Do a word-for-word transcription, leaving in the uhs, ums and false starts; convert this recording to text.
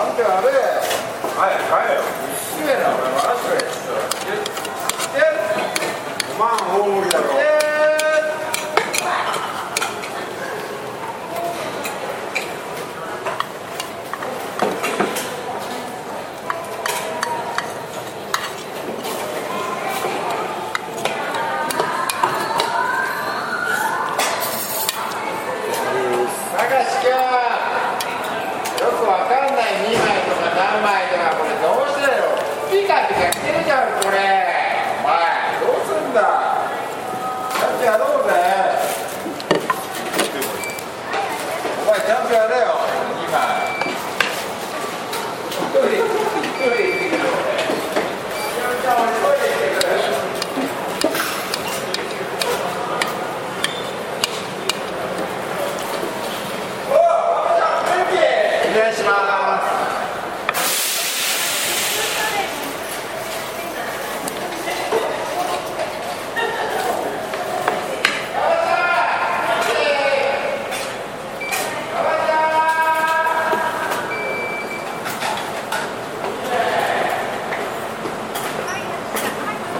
んとやれ。 はい帰れよ。 失礼なお前マジで。 ごまん大盛りだろ。 たかし君、よくわかんないにまいとか何枚とかこれどうしてよ。ピカピカしてるじゃんこれ。お前どうすんだ。ちゃんとやろうぜ。お前ちゃんとやれよにまい。トイレトイレ行ってくる俺。じゃあ俺トイレ行ってくる。お願いします。